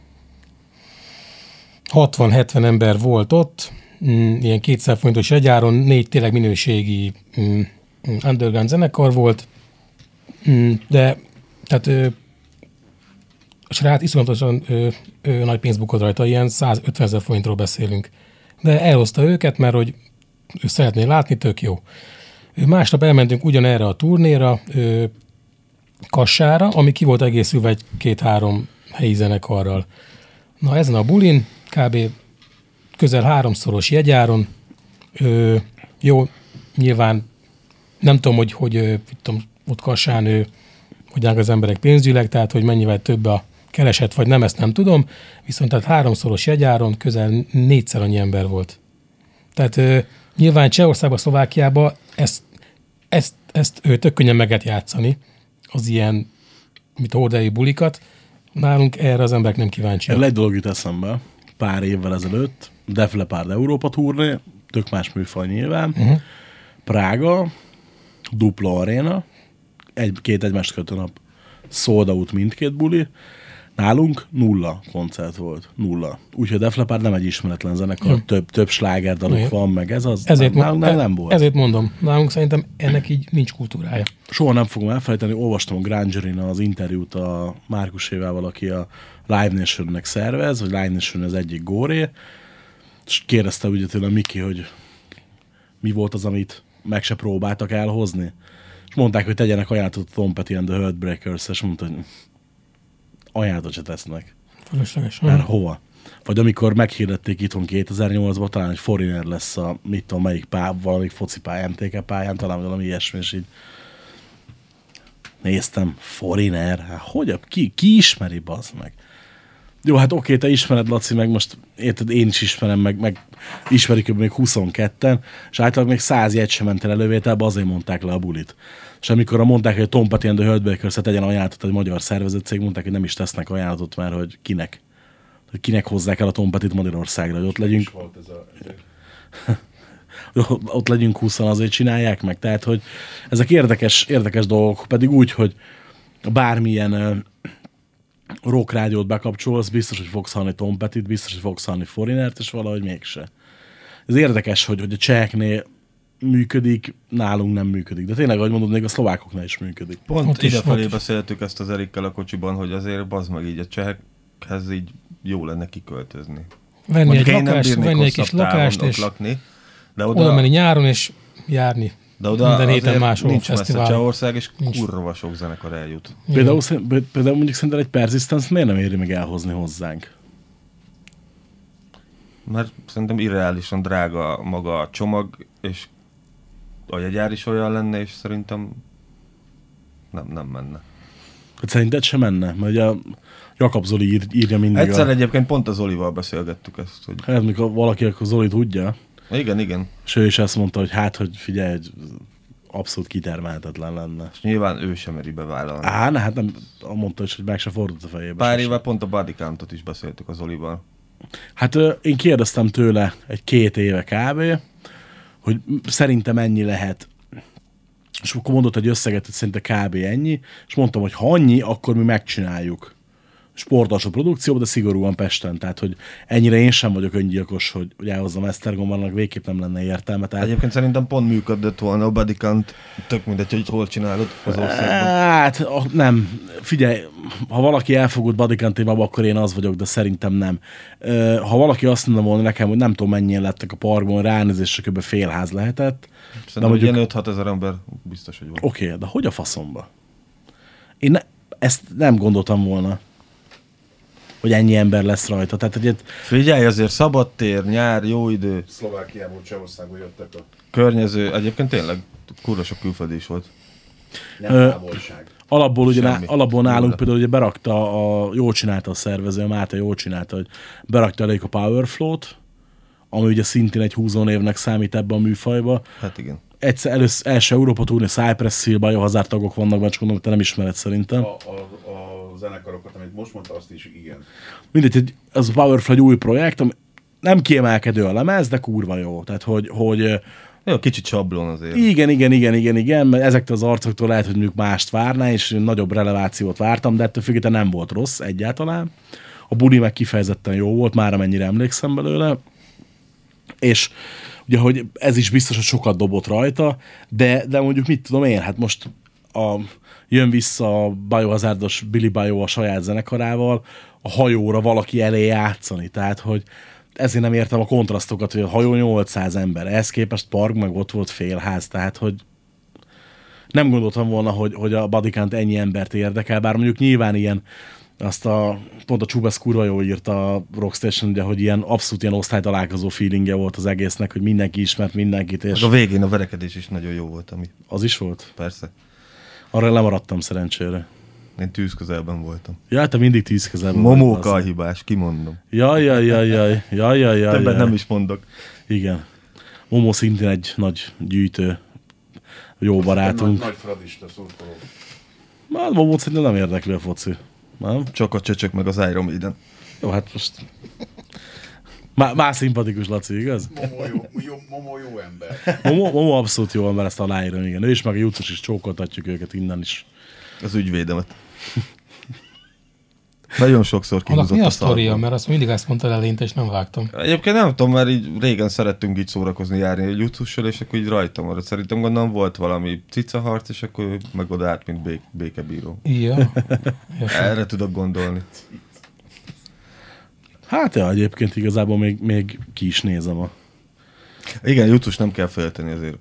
hatvan-hetven ember volt ott, ilyen kétszáz forintos jegyáron, négy tényleg minőségi underground zenekar volt, de tehát a srác iszonyatosan ö, ö, nagy pénzt bukott rajta, ilyen százötvenezer forintról beszélünk. De elhozta őket, mert hogy ő szeretné látni, tök jó. Másnap elmentünk ugyanerre a turnéra, ö, Kassára, ami ki volt egészülve egy két-három helyi zenekarral. Na ezen a bulin, kb. Közel háromszoros jegyáron, ö, jó, nyilván nem tudom, hogy, hogy ö, tudom, ott Kassán ő, hogy állnak az emberek pénzügyileg, tehát hogy mennyivel több a kereset, vagy nem, ezt nem tudom, viszont tehát háromszoros jegyáron közel négyszer annyi ember volt. Tehát ö, nyilván Csehországban, Szlovákiában ezt, ezt, ezt ő tök könnyen meg lehet játszani, az ilyen, mit hordai bulikat, nálunk erre az emberek nem kíváncsiak. Erre egy dolog jut eszembe, pár évvel ezelőtt, Def Leppard Európa turné, tök más műfaj nyilván, uh-huh. Prága, dupla aréna, egy-két egymást követő nap sold out mindkét buli, nálunk nulla koncert volt, nulla. Úgyhogy Def Leppard nem egy ismeretlen zenekar, hmm. több, több slágerdaluk hmm. van, meg ez az, ezért nem, nálunk nem, nem volt. Ezért mondom, nálunk szerintem ennek így nincs kultúrája. Soha nem fogom elfelejteni, olvastam a Grangerin az interjút a Márkusével, aki a Live Nation-nek szervez, vagy Live Nation az egyik góré, és kérdezte ugye tőle Miki, hogy mi volt az, amit meg se próbáltak elhozni. És mondták, hogy tegyenek ajánlatot a Tom Petty and the Heartbreakers, és mondta, hogy ajánlatot se tesznek. Fölösleges. Mert hova? Vagy amikor meghirdették itthon kétezer-nyolcban, talán egy Foreigner lesz a, mit tudom, melyik pá, valamelyik focipály, em té ká pályán, talán valami ilyesmi, és így néztem, Foreigner, hát hogy, ki, ki ismeri, bazd meg? Jó, hát oké, te ismered, Laci, meg most érted, én is ismerem, meg, meg ismerik még huszonketten, és általában még száz jegy sem ment el elővételbe, azért mondták le a bulit. És amikor mondták, hogy Tom Petty and the Heartbreakers-et tegyen ajánlatot egy magyar szervezetcég, mondták, hogy nem is tesznek ajánlatot, mert hogy kinek. Hogy kinek hozzák el a Tom Pettyt Magyarországra, hogy ott legyünk. Volt ez a... ott legyünk húszan, azért csinálják meg. Tehát, hogy ezek érdekes, érdekes dolgok, pedig úgy, hogy bármilyen uh, rock rádiót bekapcsolsz, biztos, hogy fogsz hallani Tom Pettyt, biztos, hogy fogsz hallani Foreignert, és valahogy mégse. Ez érdekes, hogy, hogy a cseheknél működik, nálunk nem működik. De tényleg, ahogy mondod, még a szlovákoknál is működik. Pont idefelé beszéltük ezt az Erikkel a kocsiban, hogy azért bazd meg így a csehekhez így jó lenne kiköltözni. Venni mondjuk egy lakást, venni egy kis lakást, és lakni, de oda, oda menni nyáron, és járni. De oda minden héten máshol nincs fesztivál. messze Csehország, és Nincs. kurva sok zenekar eljut. Például, például mondjuk szerintem egy Persistence miért nem éri meg elhozni hozzánk? Mert szerintem irreálisan drága maga a csomag, és a jegyár is olyan lenne, és szerintem nem, nem menne. Hát szerinted sem menne? Mert ugye a Jakab Zoli ír, írja mindig. Egyszer a... egyébként pont a Zolival beszélgettük ezt, hogy... Hát mikor valaki, akkor Zoli tudja. Igen, igen. És ő is azt mondta, hogy hát, hogy figyelj, hogy abszolút kitermelhetetlen lenne. És nyilván ő sem meri bevállalni. Á, ne, hát nem, mondta is, hogy meg se fordult a fejébe. Pár éve pont a Bodycount-ot is beszéltük a Zolival. Hát én kérdeztem tőle egy két éve kb., hogy szerintem ennyi lehet. És akkor mondott egy összeget, hogy szerintem kb. Ennyi, és mondtam, hogy ha annyi, akkor mi megcsináljuk. sportalsó produkcióban, de szigorúan Pesten. Tehát, hogy ennyire én sem vagyok öngyilkos, hogy, hogy elhozzam Esztergomban, végképp nem lenne értelme. Tehát... Egyébként szerintem pont működött volna a bodycount, tök mindegy, hogy hol csinálod az országban. Hát nem. Figyelj, ha valaki elfogult bodycount témába, akkor én az vagyok, de szerintem nem. Ha valaki azt mondta volna nekem, hogy nem tudom mennyien lettek a parkban, ránézésre kb. Félház lehetett. Szerintem mondjuk... ilyen öt-hat ezer ember biztos, hogy van. Oké, okay, de hogy a faszomba? Én ne, ezt nem gondoltam volna, hogy ennyi ember lesz rajta. Tehát, hogy itt... Figyelj, azért szabadtér, nyár, jó idő. Szlovákiából, Csehországból jöttek a... Környező, egyébként tényleg kurva sok külföldi is volt. Nem távolság. Alapból, ugye, Semmi. alapból nálunk például ugye berakta, a, jól csinálta a szervező, a Máté jól csinálta, hogy berakta elég a Powerflow-t, ami ugye szintén egy húzónévnek számít ebben a műfajba. Hát igen. Egyszer először első Európa turné, Cypress Hill, Biohazard tagok vannak, mert csak mondom, te nem ismered szerintem. A, a, a zenekarokat, amit most mondta, azt is igen. Mindegy, hogy az a Powerflow egy új projekt, ami nem kiemelkedő a lemez, de kurva jó. Tehát, hogy, hogy jó, kicsit sablon azért. Igen, igen, igen, igen, igen, mert ezektől az arcoktól lehet, hogy mondjuk mást várná, és nagyobb relevációt vártam, de ettől függetlenül nem volt rossz egyáltalán. A buli meg kifejezetten jó volt, már amennyire emlékszem belőle. És ugye, hogy ez is biztos, hogy sokat dobott rajta, de, de mondjuk mit tudom én, hát most a, jön vissza a Biohazardos Billy Bio a saját zenekarával, a hajóra valaki elé játszani, tehát, hogy ezért nem értem a kontrasztokat, hogy a hajó nyolcszáz ember, ehhez képest park meg ott volt félház, tehát, hogy nem gondoltam volna, hogy, hogy a bodycount ennyi embert érdekel, bár mondjuk nyilván ilyen, azt a, pont a Csubesz kurva jól írta a Rockstation, ugye, hogy ilyen abszolút ilyen osztálytalálkozó feelingje volt az egésznek, hogy mindenki ismert mindenkit, és... A végén a verekedés is nagyon jó volt, ami... Az is volt? Persze. Arra lemaradtam szerencsére. Én tűz közelben voltam. Ja, te mindig tűz közelben Momóka a hibás, kimondom. Jaj, jaj, jaj, jaj, jaj, jaj, jaj. Többet nem is mondok. Igen. Momó szintén egy nagy gyűjtő, jó barátunk. Nagy, nagy fradista szurkoló. Hát Momót szerintem nem érdekli a foci. Nem? Csak a Csöcsök meg az Iron Maiden. Jó, hát most... Má, más szimpatikus, Laci, igaz? Momó jó, jó, Momó jó ember. Momó, Momó abszolút jó ember, ezt aláírom, igen. Ő is, meg a Jucos is, csókoltatjuk őket innen is. Az ügyvédemet. Nagyon sokszor kihúzott mi a, a sztoria? szarban. Mert azt mindig ezt mondtad eleinte, és nem vágtam. Egyébként nem tudom, mert így régen szerettünk így szórakozni, járni egy Jucussal, és akkor így rajta maradt. Szerintem gondolom volt valami cicaharc, és akkor ő meg oda át, mint bék- békebíró. Ja. Erre tudok gondolni. Hát ja, egyébként igazából még, még ki is nézem a... Igen, Jucus nem kell félteni azért.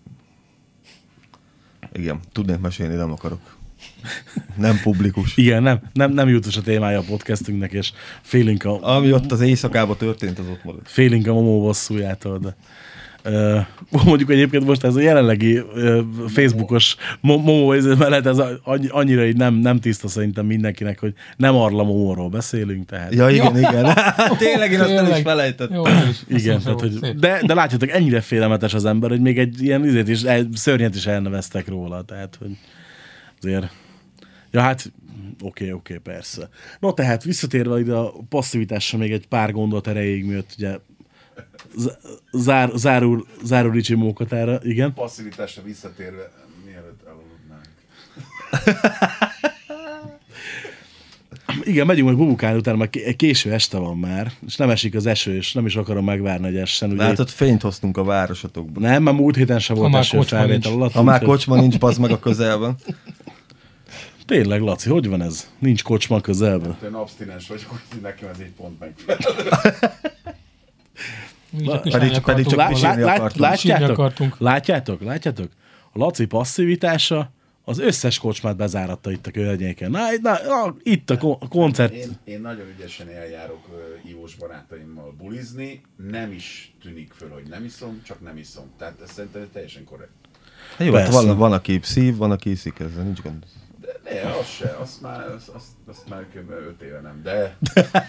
Igen, tudnék mesélni, nem akarok. Nem publikus. Igen, nem, nem, nem jutos a témája a podcastünknek, és félünk a... Ami ott az éjszakában történt, az ott maradt. Félünk a Momó bosszújától, de... Uh, mondjuk egyébként most ez a jelenlegi uh, Facebookos Momó mellett ez a, annyira így nem, nem tiszta szerintem mindenkinek, hogy nem Arla Momóról beszélünk, tehát... Ja, igen, ja. igen. Tényleg én azt el is felejtettem. Jó, is. Igen, tehát, hogy, de, de látjátok, ennyire félelmetes az ember, hogy még egy ilyen izét is, szörnyet is elneveztek róla, tehát, hogy azért... Ja, hát oké, okay, oké, okay, persze. No, tehát visszatérve ide a passzivitásra még egy pár gondolat erejéig, miatt ugye zár, zárul, zárul Ricsi Mókatára, igen. Passzivitásra visszatérve, mielőtt elaludnánk. Igen, megyünk majd bubukálni, utána már késő este van már, és nem esik az eső, és nem is akarom megvárni, hogy essen. Ugye látod, fényt hoztunk a városotokban. Nem, már múlt héten sem volt eső felvétel alatt. Ha már kocsma nincs, bazd meg a közelben. Tényleg, Laci, hogy van ez? Nincs kocsma a közelben? Hát én abstinens vagyok, hogy nekem ez egy pont megfelel. Pedig, pedig csak lá, lá, lá, akartunk. látjátok, akartunk. látjátok, látjátok? A Laci passzivitása az összes kocsmát bezáratta itt a környéken. Na, na, na, itt a, kon- a koncert. Én, én nagyon ügyesen eljárok uh, ívós barátaimmal bulizni, nem is tűnik föl, hogy nem iszom, csak nem iszom. Tehát ez szerintem teljesen korrekt. Jó, hát van, van, aki szív, van, aki iszik, ezzel nincs gond. De ne, az se, azt már, azt, azt, azt már kb. öt éve nem, de...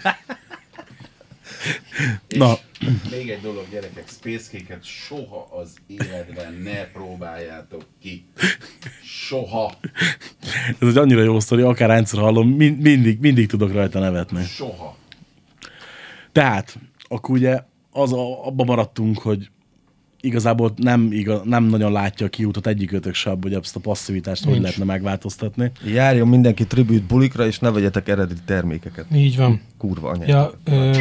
Na. Még egy dolog, gyerekek, Space Cake-et soha az életben ne próbáljátok ki. Soha. Ez egy annyira jó sztori, akár egyszer hallom, mind, mindig, mindig tudok rajta nevetni. Soha. Tehát, akkor ugye az a, abba maradtunk, hogy igazából nem, igaz, nem nagyon látja a kiútot egyikőtök se, hogy ezt a passzivitást hogy lehetne megváltoztatni. Járjon mindenki tribute bulikra, és ne vegyetek eredeti termékeket. Így van. Kurva anyád. Ja, ö,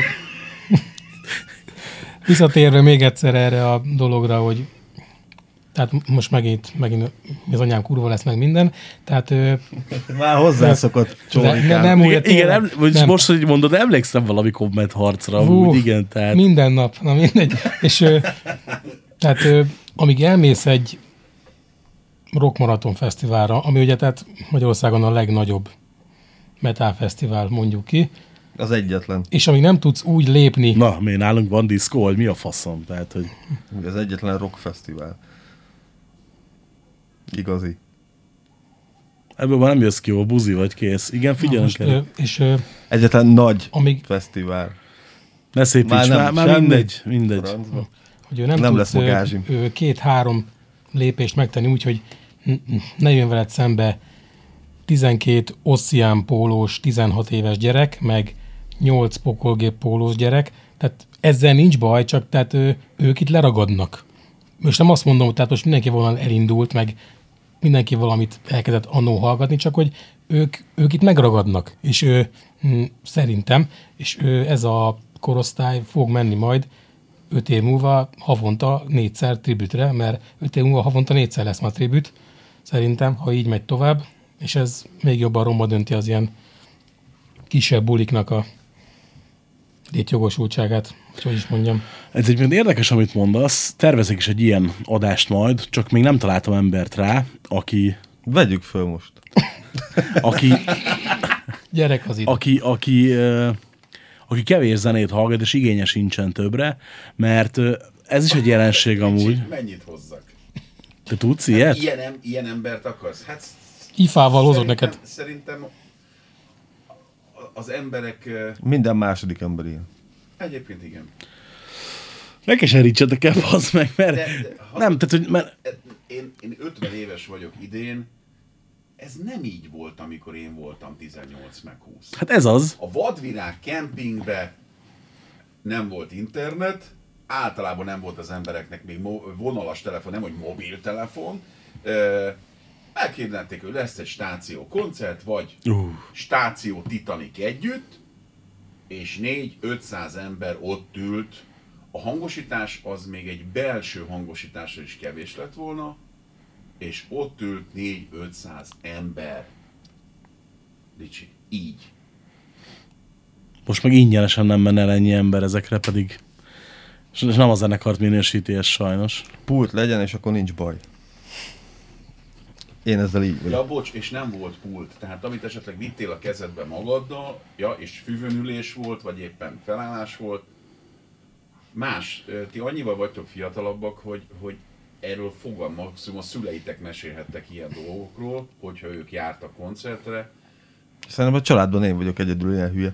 visszatérve még egyszer erre a dologra, hogy tehát most megint, megint az anyám kurva lesz meg minden, tehát... Ö, Már hozzászokott ne, ne, nem úgy, igen, igen em, nem. most, hogy mondod, emlékszem valami komment harcra, Hú, amúgy, igen, tehát... Minden nap, na mindegy. És ö, tehát ö, amíg elmész egy rockmaraton fesztiválra, ami ugye tehát Magyarországon a legnagyobb metal fesztivál, mondjuk ki, Az egyetlen. és amíg nem tudsz úgy lépni... Na, mi nálunk van diszkó, hogy mi a faszom, tehát, hogy... Az egyetlen rock fesztivál. Igazi. Ebből már nem jössz ki, a buzi vagy kész. Igen, figyelünk Na, most, ö, és ö, Egyetlen nagy amíg, fesztivál. Ne szépíts, Már már, nem, már, semmi. mindegy, mindegy. Francba. hogy ő nem, Nem tudsz lesz ö, magázsim. ö, két-három lépést megtenni úgy, hogy n- ne jön veled szembe tizenkét osszián pólós, tizenhat éves gyerek, meg nyolc pokolgép pólós gyerek, tehát ezzel nincs baj, csak tehát ő, ők itt leragadnak. Most nem azt mondom, hogy tehát most mindenki volna elindult, meg mindenki valamit elkezdett annó hallgatni, csak hogy ők, ők itt megragadnak, és ő, hm, szerintem, és ő, ez a korosztály fog menni majd öt év múlva havonta négyszer tribütre, mert öt év múlva havonta négyszer lesz már tribüt, szerintem, ha így megy tovább, és ez még jobban romba dönti az ilyen kisebb buliknak a létjogosultságát, hogy is mondjam. Ez egyébként érdekes, amit mondasz. Tervezek is egy ilyen adást majd, csak még nem találtam embert rá, aki... Vegyük föl most. aki, Gyerek az idő. aki, aki, ö, aki kevés zenét hallgat, és igénye sincsen többre, mert ö, ez is egy jelenség amúgy. Mennyit hozzak? Te tudsz ilyet? Ilyen, em, ilyen embert akarsz? Hát Ifával hozok szerintem, neked. Szerintem az emberek... eh, Minden második ember ilyen. Egyébként igen. Ne keserítsetek el, bazd meg, mert... De, de, ha, Nem, tehát, hogy... Mert, én, én ötven éves vagyok idén, ez nem így volt, amikor én voltam tizennyolc meg húsz. hát ez az. A vadvirág kempingbe nem volt internet, általában nem volt az embereknek még mo- vonalas telefon, nem hogy mobiltelefon. Ö, Elképzelték, hogy lesz egy stáció koncert, vagy Uh. stáció Titanic együtt, és négy-ötszáz ember ott ült. A hangosítás az még egy belső hangosításra is kevés lett volna, és ott ült négy-ötszáz ember. Ricsi, így. Most meg ingyenesen nem menne el ennyi ember ezekre, pedig... És nem a zenekart minősíti ez sajnos. Pult legyen, és akkor nincs baj. Én ezzel így vagyok. Ja, bocs, és nem volt pult. Tehát amit esetleg vittél a kezedbe magaddal, ja, és füvönülés volt, vagy éppen felállás volt. Más, ti annyival vagytok fiatalabbak, hogy, hogy erről fogalm maximum a szüleitek mesélhettek ilyen dolgokról, hogyha ők jártak koncertre. Szerintem a családban én vagyok egyedül ilyen hülye.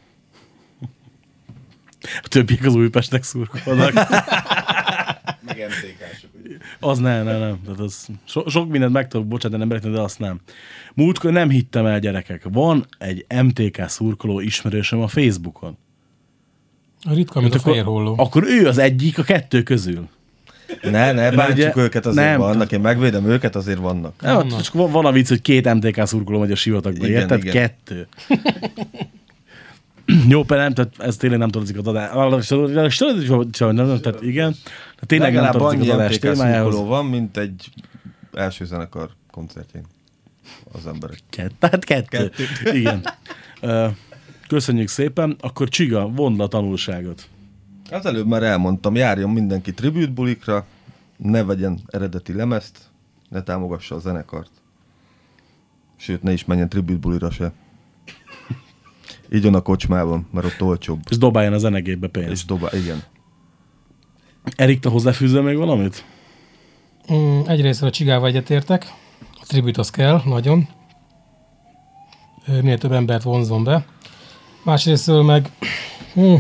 A többiek az Újpestnek szurkolnak. Meg em té ká-sok. ugye. Az nem, nem, nem. Tehát az so, sok mindent meg tudok bocsátani embereknek, de azt nem. Múltkor nem hittem el, gyerekek. Van egy em té ká szurkoló ismerősöm a Facebookon. A ritka, mint a akkor, fehér holló. akkor ő az egyik a kettő közül. Ne, ne, bántsuk ugye- őket, azért nem, vannak. Én megvédem őket, azért vannak. Nem, hát csak van, van a vicc, hogy két em té ká szurkoló megy a sivatagba, Igen, érted? igen. Kettő. Jó, például nem, tehát ez tényleg nem tartozik a adás. Tehát igen, tehát tényleg nem Legalább tartozik annyi az adás em té ká témájához. szurkoló van, mint egy első zenekar koncertjén az emberek. Kett, tehát kettő. kettő. Igen. Ö, Köszönjük szépen. Akkor Csiga, vond le a tanulságot. Az előbb már elmondtam, járjon mindenki tribute bulikra, ne vegyen eredeti lemezt, ne támogassa a zenekart. Sőt, ne is menjen tribute bulira se. Így a kocsmában, mert ott olcsóbb. És dobáljon a zenegébe És pénzt. dobál, igen. Erik, te hozzáfűzöl még valamit? Mm, egyrészt a csigával egyetértek. A tribut az kell, nagyon. Ö, Minél több embert vonzom be. Másrésztől meg... Hm,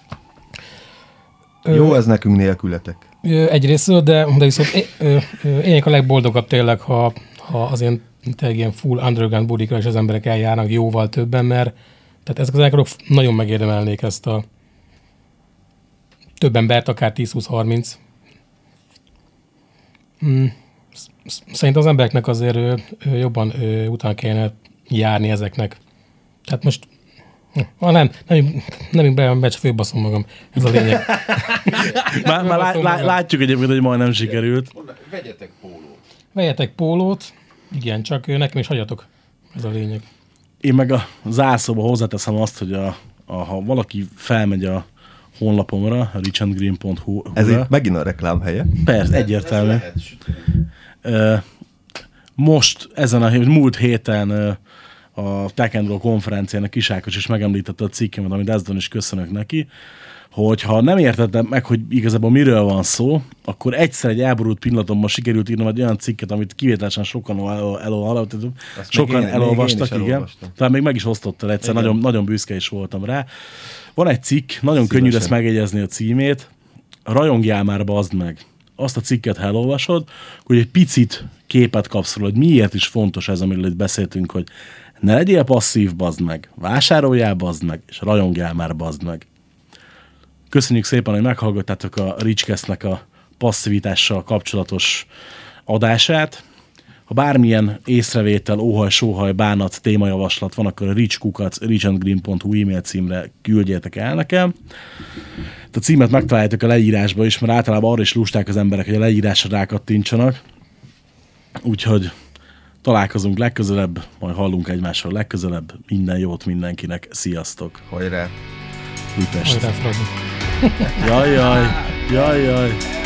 Jó ez nekünk nélkületek. Ö, Egyrésztől, de, de viszont é- ö, ö, én vagyok a legboldogabb tényleg, ha, ha az ilyen, tényleg ilyen full underground bulikra és az emberek eljárnak jóval többen, mert tehát ezek az zenekarok nagyon megérdemelnék ezt a több embert, akár tíz-húsz-harminc. mm, szerintem az embereknek azért ö, ö, jobban ö, utána kellene járni ezeknek. Tehát most ah, nem, nem, nem, nem, be, csak főbaszom magam. Ez a lényeg. Már, már lá, lá, látjuk egyébként, hogy majdnem sikerült. Vegyetek pólót. Vegyetek pólót, igen, csak ö, nekem is hagyjatok. Ez a lényeg. Én meg a zászlóba hozzáteszem azt, hogy a, a, ha valaki felmegy a honlapomra, rich and green pont hu. Ez itt megint a reklám helye. Persze, egyértelmű. Ez lehet sütni. Ö, Most ezen a hét, múlt héten ö, a Tech and Roll konferencián a Kisákos is megemlítette a cikkemet, amit ezzel is köszönök neki, hogy ha nem értettem meg, hogy igazából miről van szó, akkor egyszer egy elborult pillanatomban sikerült írnom egy olyan cikket, amit kivételesen sokan el, el, el, sokan én, elolvastak, én igen. Tehát még meg is osztottál egyszer, nagyon, nagyon büszke is voltam rá. Van egy cikk, nagyon Szívesen. könnyű lesz megjegyezni a címét, Rajongjál már, bazd meg. Azt a cikket, ha elolvasod, hogy egy picit képet kapsz róla, hogy miért is fontos ez, amiről itt beszéltünk, hogy ne legyél passzív, bazd meg, vásároljál, bazd meg, és rajongjál már, bazd meg. Köszönjük szépen, hogy meghallgattátok a Richcast-nek a passzivitással kapcsolatos adását. Ha bármilyen észrevétel, óhaj, sóhaj, bánat, témajavaslat van, akkor a richkukac rich and green pont hu e-mail címre küldjétek el nekem. A címet megtaláljátok a leírásba is, mert általában arra is lusták az emberek, hogy a leírásra rákattintsanak. Úgyhogy találkozunk legközelebb, majd hallunk egymásról legközelebb. Minden jót mindenkinek. Sziasztok! Hajrá! Újpest! Hajrá, Fradi! Jaj, jaj! Jaj, jaj!